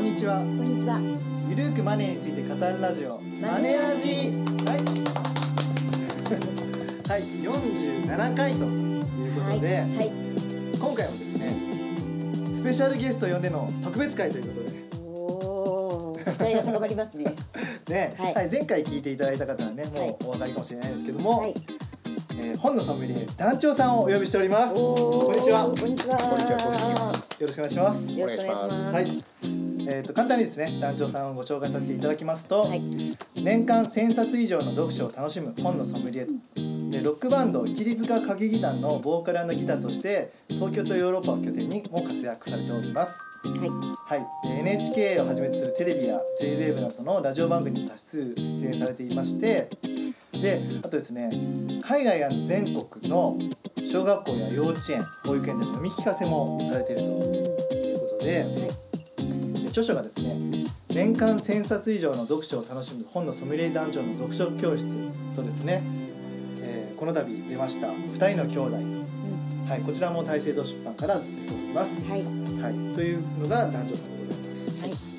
んにちは。 こんにちは。 ゆるーくマネーについて語るラジオマネラジ。はいはい、47回ということで、 はい。 今回はですねスペシャルゲストを呼んでの特別会ということでおー、期待が高まりますね。 ね、 はいはい、前回聞いていただいた方はね、もうお分かりかもしれないですけども、 はい。 本のソムリエ団長さんをお呼びしております。こんにちは。 こんにちは。 こんにちは。 よろしくお願いします。 よろしくお願いします。 はい、簡単にですね団長さんをご紹介させていただきますと、 はい。 年間1000冊以上の読書を楽しむ本のソムリエで、ロックバンド一律歌劇団のボーカル&ギターとして東京とヨーロッパを拠点にも活躍されております。 はい。 はい、で NHK をはじめとするテレビや JWAVE などのラジオ番組に多数出演されていまして、であとですね海外や全国の小学校や幼稚園保育園での読み聞かせもされているということで、で著書がですね年間1000冊以上の読書を楽しむ本のソムリエ団長の読書教室とですね、この度出ました2人の兄弟、はい、こちらも大成堂出版から出ております。 はい。 はい、というのが団長さんでございます。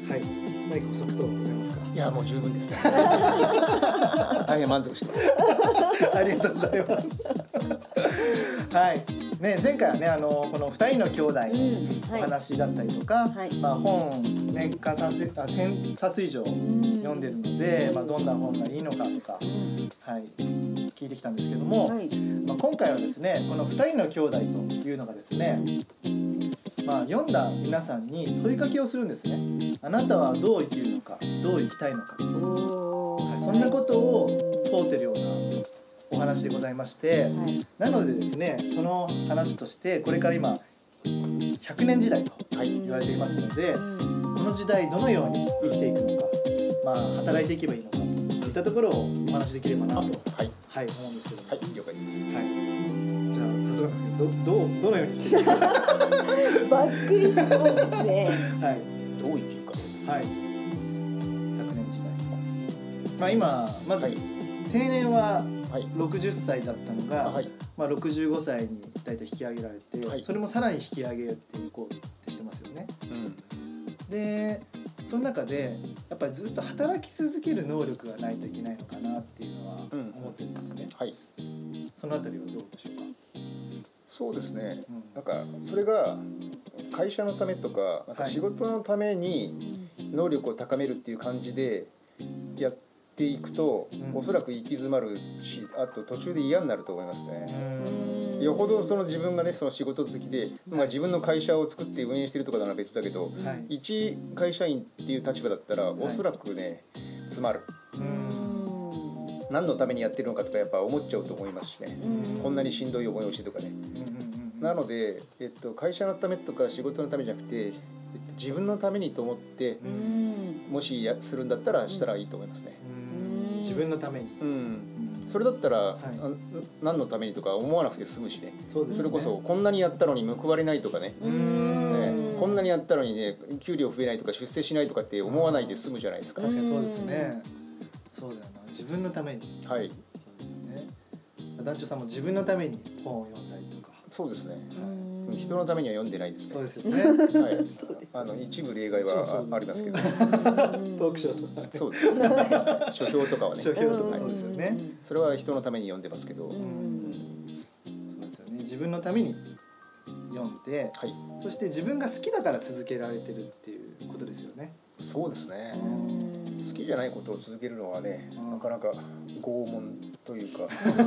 はい。はい。何か補足等ございますか。 いやもう十分ですね。大変満足してます。 ありがとうございます。はい。ね、前回はねこの2人の兄弟のお話だったりとか、 はい。 まあ本年間1000冊以上読んでるので、まあどんな本がいいのかとか、はい聞いてきたんですけども、 はい。 まあ今回はですねこの2人の兄弟というのがですね。まあ、読んだ皆さんに問いかけをするんですね。あなたはどう生きるのか、どう生きたいのか、はい、そんなことを問うてるようなお話でございまして、 はい。 なのでですねその話としてこれから今100年時代と言われていますので、この時代どのように生きていくのか、まあ、働いていけばいいのかといったところをお話しできればなと、はい、思うんですけども、 はい、了解です。 はい、じゃあ早速なんですけどどのように生きていくのかばっくりしそうですね。 はい、 どう生きるか。 はい、100年時代、まあ、今まず、 はい定年ははい 60歳だったのが、 はいまあ、65歳に大体引き上げられて、 はいそれもさらに引き上げていこうってしてますよね。でその中でやっぱりずっと働き続ける能力がないといけないのかなっていうのは思ってるんですね。 はい。 そのあたりはどうでしょうか。 そうですね。 うんなんかそれが会社のためとか、なんか仕事のために能力を高めるっていう感じでやっていくと、おそらく行き詰まるし、あと途中で嫌になると思いますね。よほどその自分がねその仕事好きで、まあ、自分の会社を作って運営してるとかなら別だけど、 はい、 一会社員っていう立場だったらおそらくね詰まる。何のためにやってるのかとかやっぱ思っちゃうと思いますしね。こんなにしんどい思いをしてとかね。なので、会社のためとか仕事のためじゃなくて、自分のためにと思ってもしするんだったらしたらいいと思いますね。 自分のために、 それだったら、 はい、 何のためにとか思わなくて済むしね。 そうですね。 それこそこんなにやったのに報われないとかね、こんなにやったのにね給料増えないとか出世しないとかって思わないで済むじゃないですか。 確かにそうですね。そうだよな、自分のために。 はい。 団長さんも自分のために本を読んだりとか。 そうですね。人のためには読んでないですね。 そうですよね。 はい。一部例外はありますけど。 読書とか。 そうですね。書評とかはね。 書評とかそうですよね。 それは人のために読んでますけど。 そうですよね。自分のために読んで、 はい、 そして自分が好きだから続けられてるっていうことですよね。 そうですね。好きじゃないことを続けるのはね、なかなか拷問というか、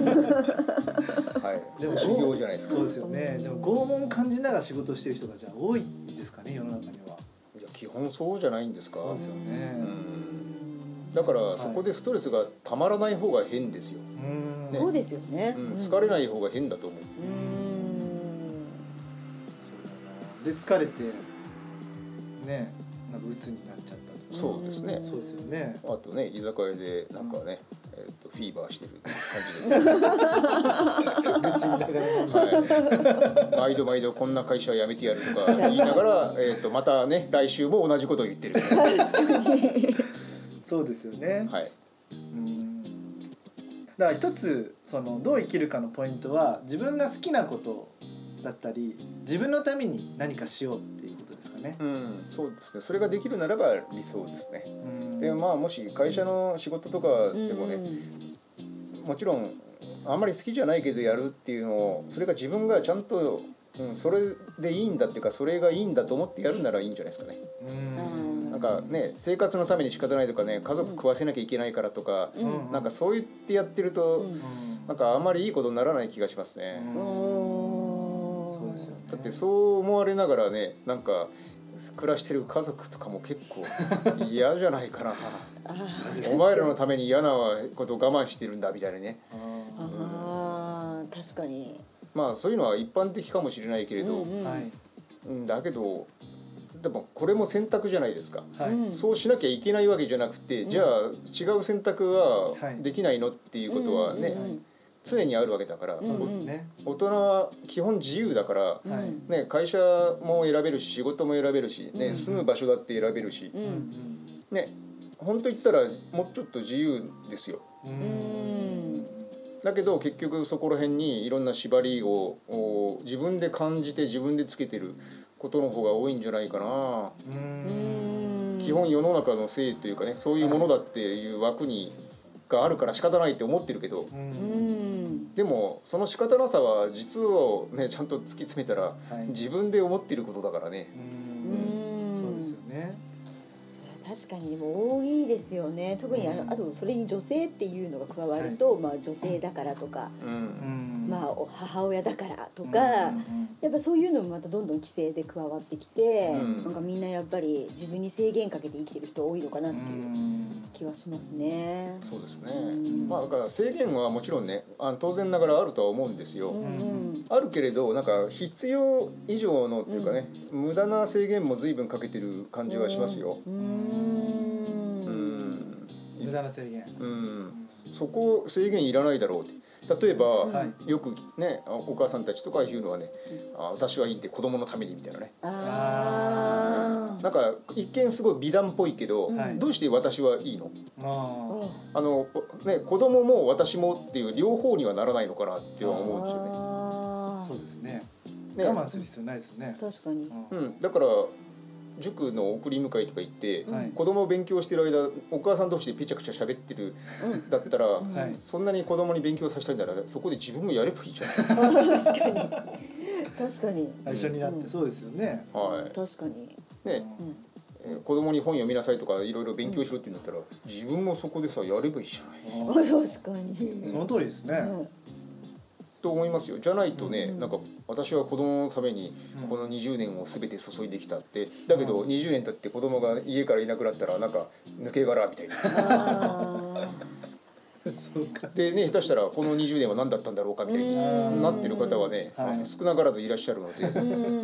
はい、でも修行じゃないですか。 そうですよね。でも拷問感じながら仕事をしてる人がじゃあ多いですかね、世の中には。 いや基本そうじゃないんですか。 そうですよね。 だからそこでストレスがたまらない方が変ですよ。 そうですよね。 疲れない方が変だと思う。 で疲れてね、なんか鬱になっちゃった。 そうですね。 そうですよね。 あとね居酒屋でなんかね、フィーバーしてる感じですね。 愚痴言いながら、 毎度毎度こんな会社は辞めてやるとか言いながら、またね来週も同じことを言ってる。 そうですよね。 はい。 だから一つそのどう生きるかのポイントは自分が好きなことだったり自分のために何かしようっていうことですかね。 そうですね。それができるならば理想ですね。でまあもし会社の仕事とかでもね、もちろんあんまり好きじゃないけどやるっていうのを、それが自分がちゃんと、それでいいんだっていうか、それがいいんだと思ってやるならいいんじゃないですかね。なんかね、生活のために仕方ないとかね、家族食わせなきゃいけないからとか、なんかそう言ってやってると、なんかあんまりいいことにならない気がしますね。 そうですよね。 だってそう思われながらね、なんか暮らしてる家族とかも結構嫌じゃないかなお前らのために嫌なことを我慢してるんだみたいなね。 確かに。 まあそういうのは一般的かもしれないけれど、だけどでもこれも選択じゃないですか、そうしなきゃいけないわけじゃなくて、じゃあ違う選択はできないのっていうことはね、常にあるわけだから、大人は基本自由だから、ね、会社も選べるし仕事も選べるし、ね、住む場所だって選べるし、ね、本当言ったらもうちょっと自由ですよ。だけど結局そこら辺にいろんな縛りを自分で感じて自分でつけてることの方が多いんじゃないかな。基本世の中のせいというかね、そういうものだっていう枠にがあるから仕方ないって思ってるけど、でもその仕方なさは実をねちゃんと突き詰めたら、自分で思ってることだからね。 そうですよね。 確かにでも多いですよね。特にあとそれに女性っていうのが加わると、まあ女性だからとか、まあ母親だからとか、やっぱそういうのもまたどんどん規制で加わってきて、なんかみんなやっぱり自分に制限かけて生きてる人多いのかなっていう気はしますね。 そうですね。まあだから制限はもちろんね、当然ながらあるとは思うんですよ。あるけれどなんか必要以上のっていうかね、無駄な制限も随分かけてる感じはしますよ。 無駄な制限。 そこ制限いらないだろうって。例えば、よくねお母さんたちとか言うのはね、私はいいって子供のためにみたいなね。なんか一見すごい美談っぽいけど、どうして私はいいの？ね、子供も私もっていう両方にはならないのかなって思うんですよね。 そうですね。我慢する必要ないですね。 確かに。 だから塾の送り迎えとか行って、子供を勉強してる間お母さん同士でペチャクチャ喋ってるだったら、そんなに子供に勉強させたいならそこで自分もやればいいじゃない。 確かに確かに一緒になってそうですよね。 確かにね、子供に本読みなさいとかいろいろ勉強しろって言うんだったら、自分もそこでさやればいいじゃない。 確かにその通りですね。 と思いますよ。じゃないとね、なんか私は子供のためにこの20年を全て注いできたって、だけど20年経って子供が家からいなくなったらなんか抜け殻みたいな。でね、下手したらこの20年は何だったんだろうかみたいになってる方はね、少なからずいらっしゃるので、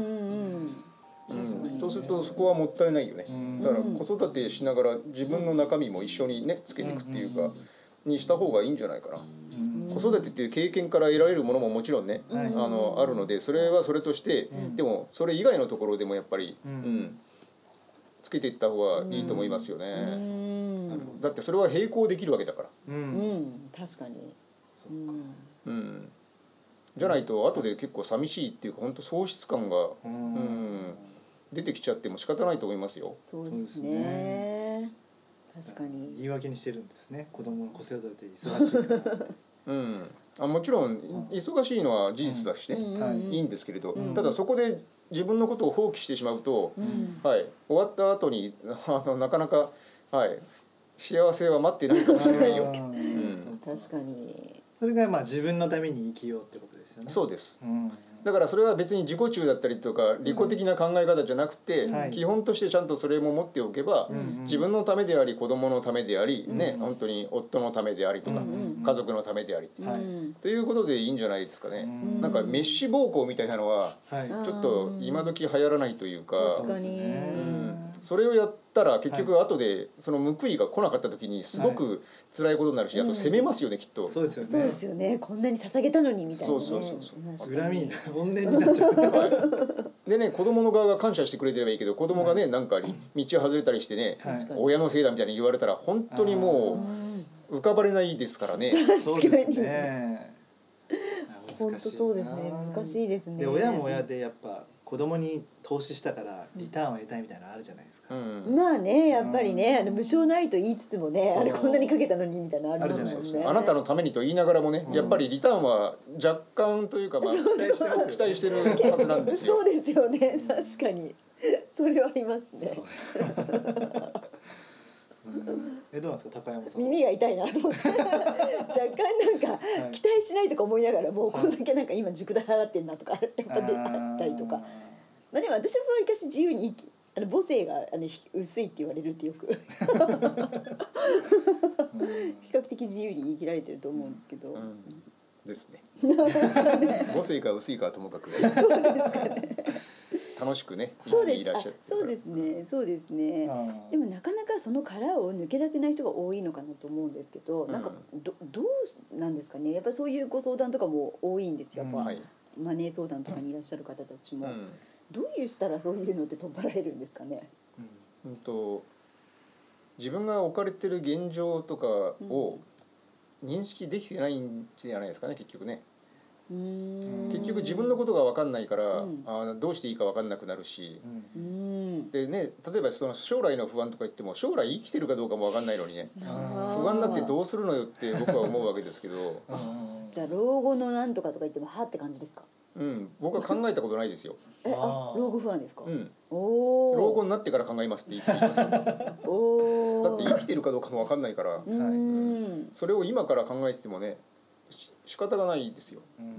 そうするとそこはもったいないよね。だから子育てしながら自分の中身も一緒にねつけていくっていうかにした方がいいんじゃないかな。子育てっていう経験から得られるものももちろんね、あるので、それはそれとして、でもそれ以外のところでもやっぱり、つけていった方がいいと思いますよね。だってそれは並行できるわけだから。 確かに。 じゃないと後で結構寂しいっていうか本当喪失感が出てきちゃっても仕方ないと思いますよ。 そうですね。確かに。 言い訳にしてるんですね。子供の子育て忙しいから。 もちろん忙しいのは事実だしね、いいんですけれど、ただそこで自分のことを放棄してしまうと、終わった後になかなか、幸せは待ってないかもしれないよ。 確かに。 それがまあ自分のために生きようってことですよね。 そうです。だからそれは別に自己中だったりとか利己的な考え方じゃなくて、基本としてちゃんとそれも持っておけば、自分のためであり子供のためであり、本当に夫のためでありとか、家族のためでありということでいいんじゃないですかね。なんかメッシ暴行みたいなのはちょっと今時流行らないというか、 確かに。 それをやったら結局後でその報いが来なかった時にすごく辛いことになるし、あと責めますよね、きっと。 そうですよね。 そうですよね。こんなに捧げたのにみたいなね。 恨み怨念になっちゃう。 でね、子供の側が感謝してくれてればいいけど、子供がねなんか道を外れたりしてね、親のせいだみたいに言われたら本当にもう浮かばれないですからね。 そうですね。 本当そうですね、難しいですね。 で親も親でやっぱ子供に投資したからリターンを得たいみたいなのあるじゃないですか、 まあね、やっぱりね、無償ないと言いつつもね、あれこんなにかけたのにみたいなのありますもんね。 あなたのためにと言いながらもね、やっぱりリターンは若干というか、まあ、期待してるはずなんですよ。 そうですよね、確かにそれはありますね。 どうなんですか高山さん。 耳が痛いなと思って若干なんか期待しないとか思いながらもうこんだけなんか今塾代払ってんなとかやっぱ出たりとか。まあでも私もわりかし自由に母性が薄いって言われるってよく比較的自由に生きられてると思うんですけど、 ですね。母性か薄いかはともかくそうですかね。楽しくね生きていらっしゃる。 そうですね、そうですね。でもなかなかその殻を抜け出せない人が多いのかなと思うんですけど、なんかどうなんですかね。やっぱりそういうご相談とかも多いんですよ。やっぱマネー相談とかにいらっしゃる方たちも、どういうしたらそういうのって取っ払えるんですかね。 自分が置かれてる現状とかを認識できてないんじゃないですかね、結局ね。結局自分のことが分かんないから、どうしていいか分かんなくなるし、でね、例えばその将来の不安とか言っても将来生きてるかどうかも分かんないのにね、不安になってどうするのよって僕は思うわけですけどじゃあ老後のなんとかとか言ってもはって感じですか。 僕は考えたことないですよ。 老後不安ですか。 老後になってから考えますっていつも言いますよ。だって生きてるかどうかも分かんないから、それを今から考えててもね仕方がないですよ。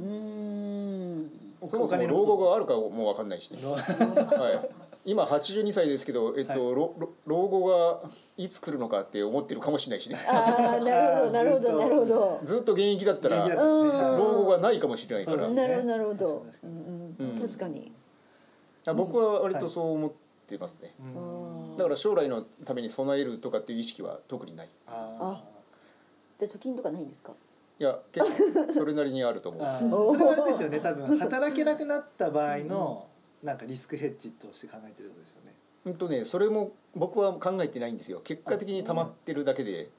そもそも老後があるかも分かんないしね。今82歳ですけど、老後がいつ来るのかって思ってるかもしれないしね。 なるほど。 ずっと現役だったら老後がないかもしれないから。 なるほど。確かに。 僕は割とそう思ってますね。だから将来のために備えるとかっていう意識は特にない。 じゃあ貯金とかないんですか。 いや結構それなりにあると思う。 それはあれですよね。多分働けなくなった場合のなんかリスクヘッジとして考えてるんですよね。 それも僕は考えてないんですよ。結果的に溜まってるだけで、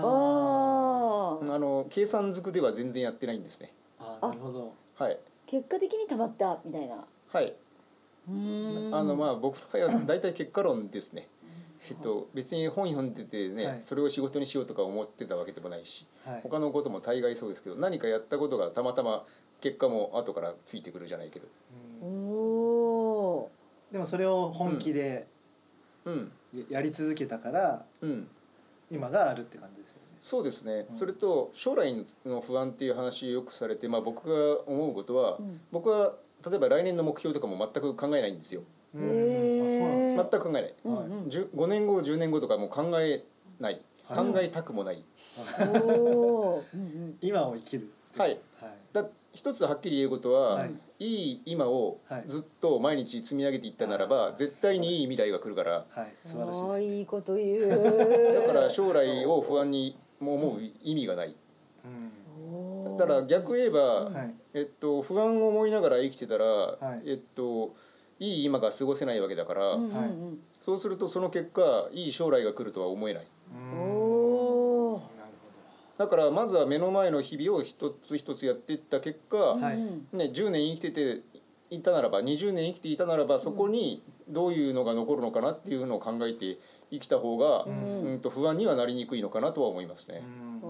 計算づくでは全然やってないんですね。 なるほど。 はい。結果的に溜まったみたいな。 はい。まあ僕の場合は大体結果論ですね。別に本読んでてね、それを仕事にしようとか思ってたわけでもないし、他のことも大概そうですけど、何かやったことがたまたま結果も後からついてくるじゃないけど。 でもそれを本気でやり続けたから、今があるって感じですよね。 そうですね。それと将来の不安っていう話をよくされて、僕が思うことは、僕は例えば来年の目標とかも全く考えないんですよ。全く考えない。5年後10年後とかもう考えない、考えたくもない。 今を生きる。 はい。一つはっきり言うことは、いい今をずっと毎日積み上げていったならば絶対にいい未来が来るから。 素晴らしいです。 いいこと言う。 だから将来を不安に思う意味がない。だから逆言えば、不安を思いながら生きてたら、いい今が過ごせないわけだから、そうするとその結果いい将来が来るとは思えない。だからまずは目の前の日々を一つ一つやっていった結果、10年生きてていたならば20年生きていたならば、そこにどういうのが残るのかなっていうのを考えて生きた方が、不安にはなりにくいのかなとは思いますね。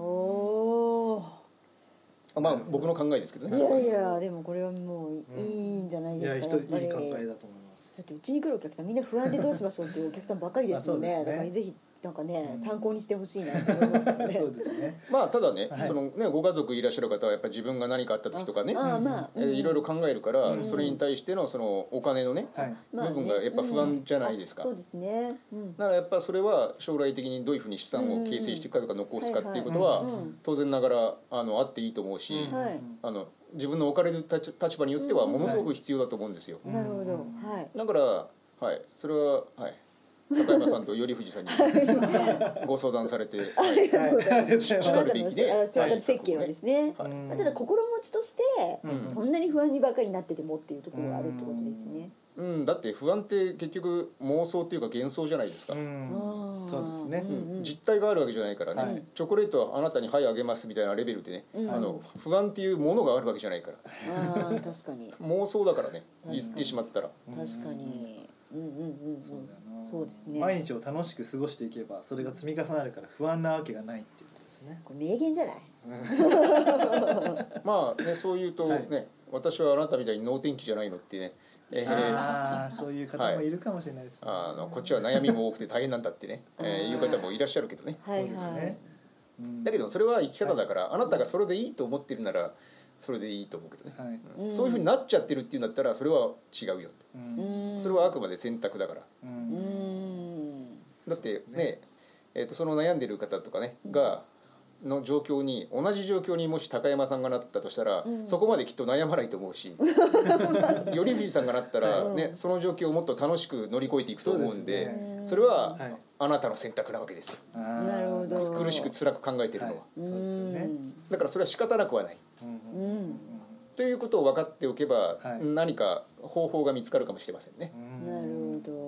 僕の考えですけどね。 いやでもこれはもういいんじゃないですか。 いい考えだと思います。 だってうちに来るお客さんみんな不安でどうしましょうっていうお客さんばかりですよね。だからぜひなんかね、参考にしてほしいなと思いますけどね。 そうですね。 ただね、ご家族いらっしゃる方はやっぱり自分が何かあった時とかね、いろいろ考えるから、それに対してのそのお金のね、部分がやっぱ不安じゃないですか。 そうですね。 だからやっぱそれは将来的にどういうふうに資産を形成していくかとか残すかっていうことは当然ながらあっていいと思うし、自分の置かれる立場によってはものすごく必要だと思うんですよ。 なるほど。 だからそれは高山さんと頼藤さんにご相談されて、 ありがとうございます。 しかるべきで、 設計はですね。ただ心も持ちとして、そんなに不安にばかりなっててもっていうところがあるってことですね。 だって不安って結局妄想っていうか幻想じゃないですか。 そうですね、 実体があるわけじゃないからね、チョコレートはあなたにはいあげますみたいなレベルでね、不安っていうものがあるわけじゃないから確かに妄想だからね、言ってしまったら。 確かに、そうですね。 毎日を楽しく過ごしていけばそれが積み重なるから不安なわけがないっていうことですね。 これ名言じゃない？ まあね、そう言うとね、私はあなたみたいに能天気じゃないのってね、 そういう方もいるかもしれないですね。 こっちは悩みも多くて大変なんだってね、いう方もいらっしゃるけどね。 はいはい。 だけどそれは生き方だから、あなたがそれでいいと思ってるならそれでいいと思うけどね、そういうふうになっちゃってるっていうんだったらそれは違うよ、それはあくまで選択だから。だってね、その悩んでる方とかねがの状況に、同じ状況にもし高山さんがなったとしたら、そこまできっと悩まないと思うし頼藤さんがなったら、ね、その状況をもっと楽しく乗り越えていくと思うんで、それはあなたの選択なわけですよ。 なるほど。 苦しく辛く考えてるのは、 そうですよね。 だからそれは仕方なくはない、ということを分かっておけば、何か方法が見つかるかもしれませんね。 なるほど。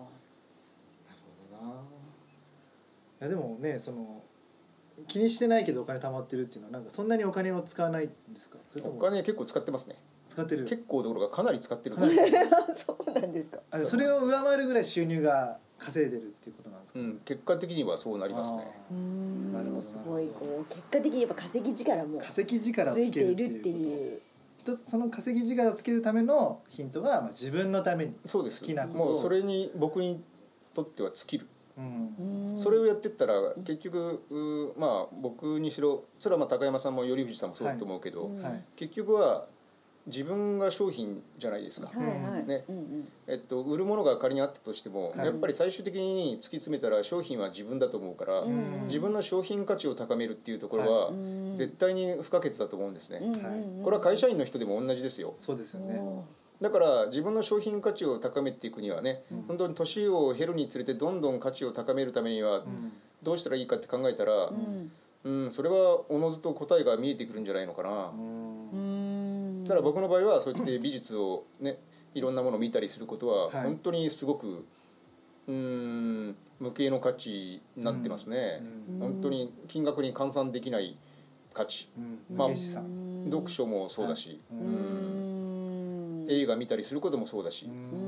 いやでもね、その気にしてないけどお金貯まってるっていうのはなんかそんなにお金を使わないんですか？それともお金結構使ってますね。 使ってる。 結構どころかかなり使ってる。 そうなんですか。 それを上回るぐらい収入が稼いでるっていうことなんですか？ 結果的にはそうなりますね。 なるほど。すごいこう結果的にやっぱ稼ぎ力もついているっていう。 一つその稼ぎ力をつけるためのヒントが、自分のために好きなことを、 もうそれに僕にとっては尽きる。それをやってったら結局僕にしろ、それは高山さんも頼藤さんもそうだと思うけど、結局は自分が商品じゃないですか。売るものが仮にあったとしても、やっぱり最終的に突き詰めたら商品は自分だと思うから、自分の商品価値を高めるっていうところは絶対に不可欠だと思うんですね。これは会社員の人でも同じですよ。 そうですよね。 だから自分の商品価値を高めていくにはね、本当に年を経るにつれてどんどん価値を高めるためにはどうしたらいいかって考えたら、それはおのずと答えが見えてくるんじゃないのかな。だから僕の場合はそうやって美術をね、いろんなものを見たりすることは本当にすごく無形の価値になってますね。本当に金額に換算できない価値。読書もそうだし、映画見たりすることもそうだし、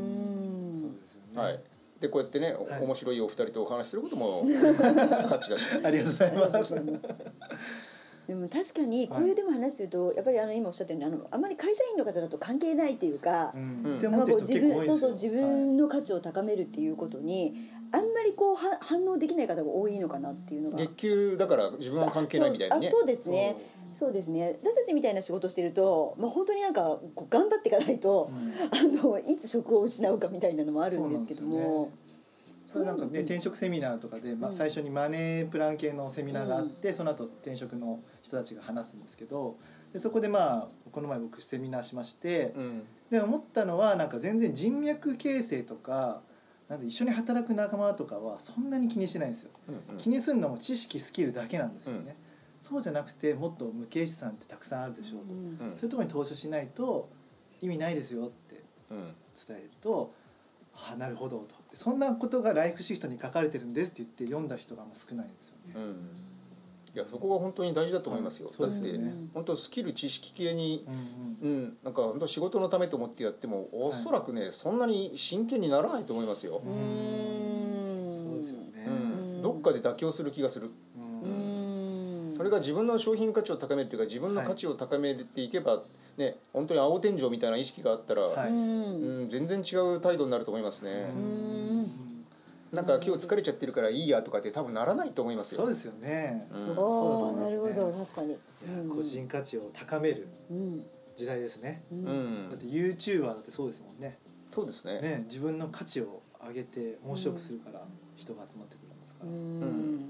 でこうやってね、面白いお二人とお話しすることも価値だし、 ありがとうございます。 でも確かにこういうでも話するとやっぱり今おっしゃったようにあまり会社員の方だと関係ないっていうか、自分の価値を高めるっていうことにあんまりこう反応できない方が多いのかなっていうのが。 月給だから自分は関係ないみたいなね。 そうですね。そうですね。私たちみたいな仕事してると、本当になんか頑張っていかないと、いつ職を失うかみたいなのもあるんですけども。 それなんかね、転職セミナーとかで、最初にマネープラン系のセミナーがあって、その後転職の人たちが話すんですけど、でそこでこの前僕セミナーしまして、で思ったのはなんか全然人脈形成とかなんで一緒に働く仲間とかはそんなに気にしてないんですよ。気にするのも知識スキルだけなんですよね。そうじゃなくてもっと無形資産ってたくさんあるでしょうと、そういうところに投資しないと意味ないですよって伝えると、なるほどと、そんなことがライフシフトに書かれてるんですって言って読んだ人が少ないんですよね。 いやそこが本当に大事だと思いますよ。だって本当スキル知識系になんか本当仕事のためと思ってやってもおそらくねそんなに真剣にならないと思いますよ。 そうですよね。 どっかで妥協する気がする。それが自分の商品価値を高めるというか自分の価値を高めていけばね、本当に青天井みたいな意識があったら、全然違う態度になると思いますね。なんか今日疲れちゃってるからいいやとかって多分ならないと思いますよ。 そうですよね。 なるほど、確かに。 個人価値を高める時代ですね。だって YouTuber だってそうですもんね。 そうですね。 自分の価値を上げて面白くするから人が集まってくるんですから。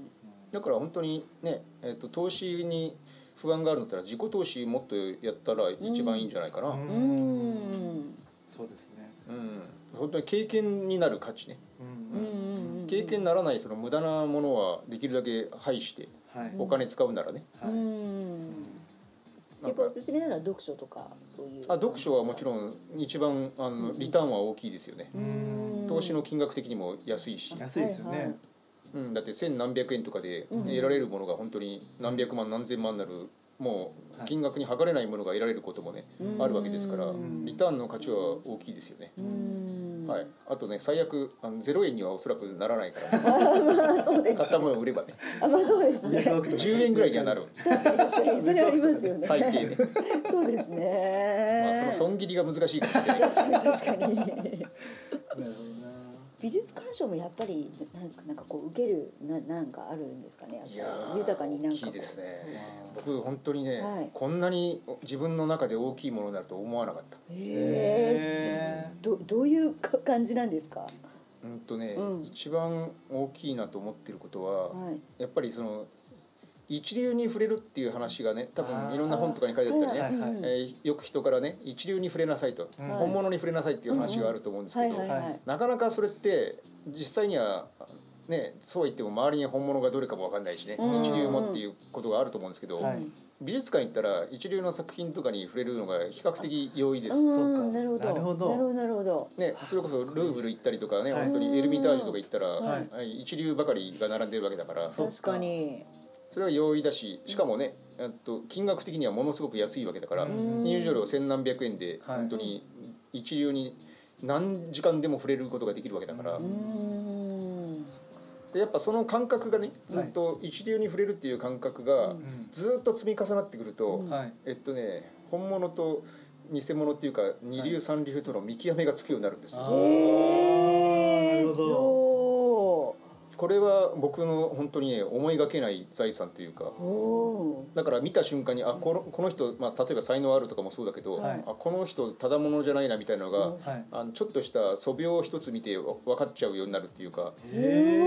だから本当にね、投資に不安があるんだったら自己投資もっとやったら一番いいんじゃないかな。 そうですね。 本当に経験になる価値ね。経験にならないその無駄なものはできるだけ排して、お金使うならね。 やっぱおすすめなのは読書とかそういう。 読書はもちろん一番リターンは大きいですよね。投資の金額的にも安いし。 安いですよね。 だって千何百円とかで得られるものが本当に何百万何千万になる、もう金額に測れないものが得られることもね、あるわけですから、リターンの価値は大きいですよね。はい、あとね、最悪0円にはおそらくならないからそうです、 買ったものを売ればね、 まあそうですね、 10円ぐらいにはなる。 確かにそれありますよね、 最低でそうですね、 その損切りが難しいかもしれない。 確かになるほどな。 美術鑑賞もやっぱりなんですか、なんかこう受けるなんかあるんですかね、やっぱりいや豊かになんか大きいですね。僕本当にね、こんなに自分の中で大きいものになると思わなかった。 どういう感じなんですか。 一番大きいなと思ってることは、やっぱりその一流に触れるっていう話がね、多分いろんな本とかに書いてあったりね、よく人からね、一流に触れなさいと、本物に触れなさいっていう話があると思うんですけど、なかなかそれって実際にはね、そうは言っても周りに本物がどれかも分かんないしね、一流もっていうことがあると思うんですけど、美術館行ったら一流の作品とかに触れるのが比較的容易です。 なるほど。 ね、それこそルーブル行ったりとかね、本当にエルミタージュとか行ったら、一流ばかりが並んでるわけだから。 確かに。 それは容易だし、しかもね、金額的にはものすごく安いわけだから、入場料千何百円で本当に一流に何時間でも触れることができるわけだから。でやっぱその感覚がね、ずっと一流に触れるっていう感覚がずっと積み重なってくると、本物と偽物っていうか二流三流との見極めがつくようになるんですよ。これは僕の本当にね、思いがけない財産というか、だから見た瞬間にこの人、例えば才能あるとかもそうだけど、この人ただものじゃないなみたいなのが、ちょっとした素描を一つ見て分かっちゃうようになるっていうか。 す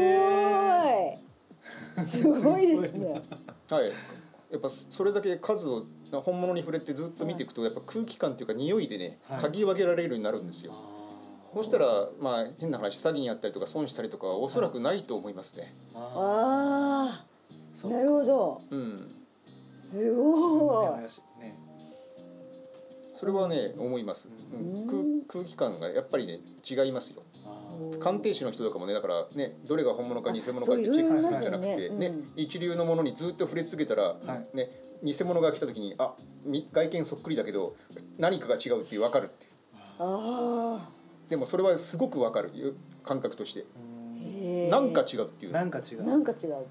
ごいですね。 はい、やっぱそれだけ数を本物に触れてずっと見ていくと、やっぱ空気感っていうか匂いでね、嗅ぎ分けられるようになるんですよ。そうしたら変な話、詐欺にあったりとか損したりとかはおそらくないと思いますね。 なるほど。すごい。 それはね、思います。空気感がやっぱりね、違いますよ。鑑定士の人とかもね、だからね、どれが本物か偽物かってチェックするんじゃなくてね、一流のものにずっと触れ続けたらね、偽物が来た時に外見そっくりだけど何かが違うって分かるっていう。でもそれはすごく分かる感覚として、なんか違うっていう、 なんか違うっていう、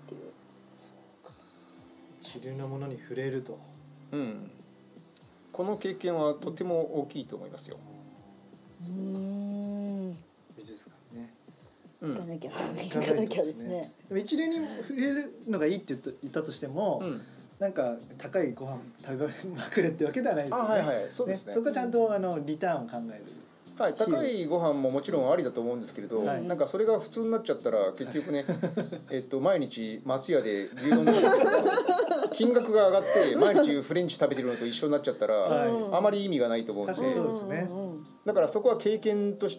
一流のものに触れると、 この経験はとても大きいと思いますよ。 美術館ね、 行かなきゃですね。 一流に触れるのがいいって言ったとしても、なんか高いご飯食べまくれってわけではないですよね。 そうですね。 そこはちゃんとリターンを考える。 高いご飯ももちろんありだと思うんですけれど、なんかそれが普通になっちゃったら結局ね毎日松屋で牛丼金額が上がって毎日フレンチ食べてるのと一緒になっちゃったら、あまり意味がないと思うんで、だからそこは経験として、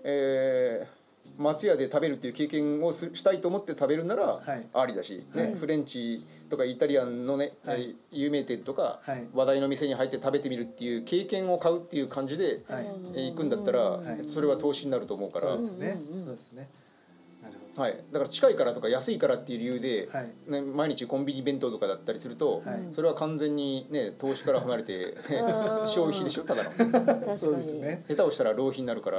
松屋で食べるっていう経験をしたいと思って食べるならありだし、フレンチとかイタリアンのね、有名店とか話題の店に入って食べてみるっていう経験を買うっていう感じで行くんだったら、それは投資になると思うから。 そうですね。 はい、だから近いからとか安いからっていう理由で、毎日コンビニ弁当とかだったりすると、それは完全にね、投資から離れて消費でしょ、ただの。 確かに。 下手をしたら浪費になるから。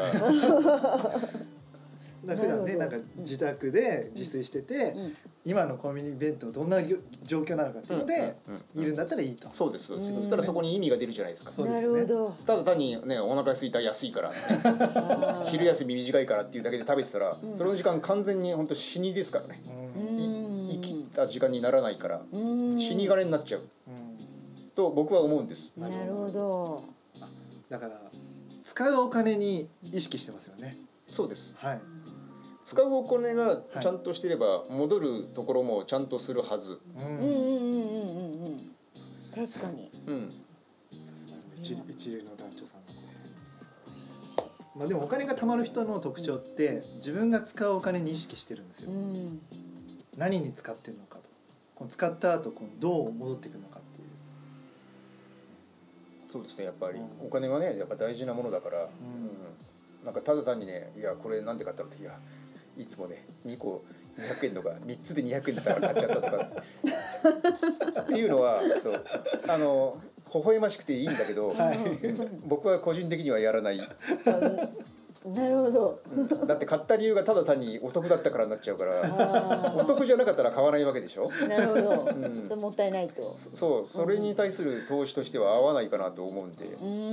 普段ね、なんか自宅で自炊してて、今のコンビニ弁当どんな状況なのかっていうので見るんだったらいいと。 そうです、そうです。そしたらそこに意味が出るじゃないですか。 なるほど。 ただ単にね、お腹空いた安いから、昼休み短いからっていうだけで食べてたら、その時間完全に本当死にですからね。生きた時間にならないから死に金になっちゃうと僕は思うんです。 なるほど。 だから使うお金に意識してますよね。 そうです。 はい。 使うお金がちゃんとしてれば戻るところもちゃんとするはず。 確かに。 一流の団長さん。でもお金が貯まる人の特徴って自分が使うお金に意識してるんですよ。何に使ってるのかと、この使った後どう戻ってくるのかっていう。 そうですね、やっぱりお金はねやっぱ大事なものだから、なんかただ単にね、いやこれなんで買ったのって、いやいつもね2個200円とか3つで200円だったから買っちゃったとかっていうのはそう微笑ましくていいんだけど、僕は個人的にはやらない。 なるほど、 だって買った理由がただ単にお得だったからになっちゃうから、お得じゃなかったら買わないわけでしょ。 なるほど、それもったいないと。 そう、それに対する投資としては合わないかなと思うんで。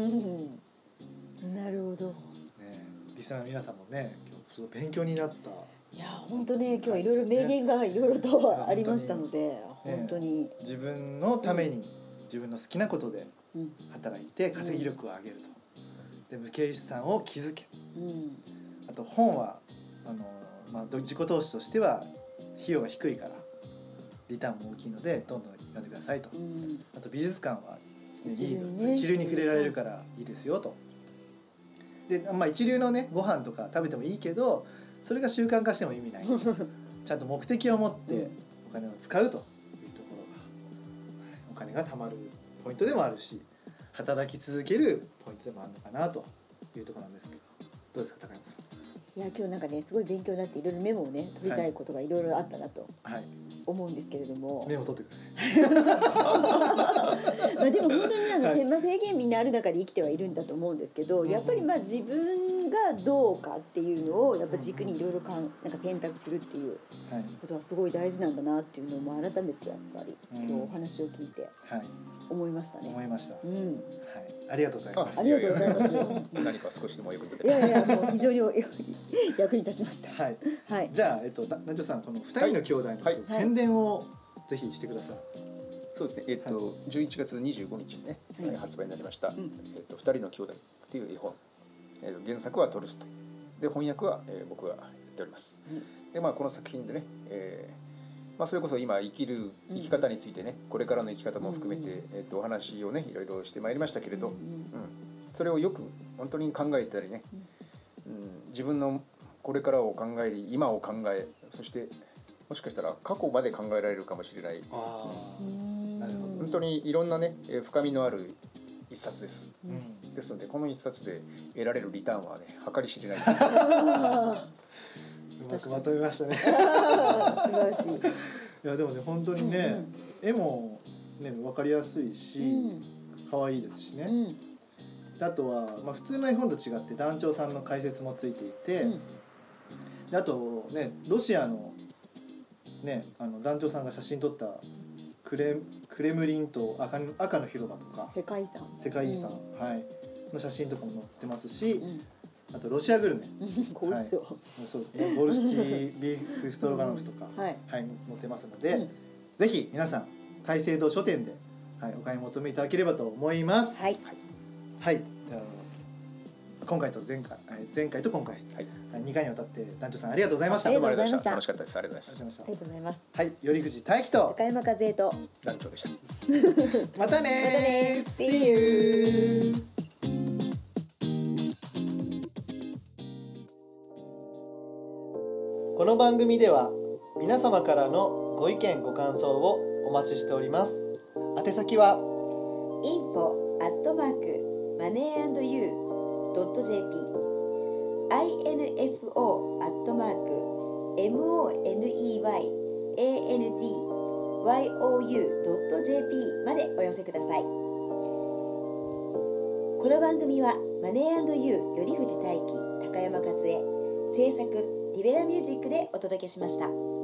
なるほど、 リスナーの皆さんもね今日すごい勉強になった。 いや本当ね、今日いろいろ名言がいろいろとありましたので、本当に自分のために自分の好きなことで働いて稼ぎ力を上げると、で無形資産を築け、あと本は自己投資としては費用が低いからリターンも大きいのでどんどん読んでくださいと、あと美術館は、一流に触れられるからいいですよと。で、一流のねご飯とか食べてもいいけどそれが習慣化しても意味ないちゃんと目的を持ってお金を使うというところが、お金が貯まるポイントでもあるし働き続けるポイントでもあるのかなというところなんですけど、どうですか高山さん。 いや今日なんかねすごい勉強になっていろいろメモをね取りたいことがいろいろあったなと思うんですけれども、 メモ取ってください。 でも本当に制限みんなある中で生きてはいるんだと思うんですけど、やっぱり自分がどうかっていうのをやっぱ軸にいろいろなんか選択するっていうことはすごい大事なんだなっていうのも改めてやっぱり今日お話を聞いて思いましたね。 思いました。ありがとうございます。 ありがとうございます。 何か少しでも役に立て。 いやもう非常に役に立ちました。 はい。じゃあ南條さんこの2人の兄弟の宣伝をぜひしてください。 そうですね。11月25日にね発売になりました2人の兄弟っていう絵本。原作はトルストイで翻訳は僕がやっております。でこの作品でね。それこそ今生き方についてね、これからの生き方も含めて、お話をねいろいろしてまいりましたけれど、それをよく本当に考えたりね、自分のこれからを考えり今を考え、そしてもしかしたら過去まで考えられるかもしれない、 なるほど、 本当にいろんなね深みのある一冊です、ですのでこの一冊で得られるリターンはね計り知れないです。 うまくまとめましたね。 素晴らしい。 いやでもね本当にね、絵もね分かりやすいし、可愛いですしね。あとは普通の絵本と違って団長さんの解説もついていて、であとねロシアのね団長さんが写真撮ったクレムリンと赤の広場とか世界遺産、 の写真とかも載ってますし。あとロシアグルメ、 美味しそう。 そうですね。ボルシチビーフストロガノフとか載ってますので、ぜひ皆さん大聖堂書店でお買い求めいただければと思います。はい。今回と前回と今回2回にわたって団長さんありがとうございました。 ありがとうございました。 楽しかったです。ありがとうございました。 ありがとうございます。 はい、頼藤大樹と高山和恵と団長でした。 またね。 See you。 この番組では皆様からのご意見ご感想をお待ちしております。宛先は info@moneyandyou.jp info@moneyandyou.jp までお寄せください。この番組はマネー&ユー頼藤大樹、高山和恵制作リベラミュージックでお届けしました。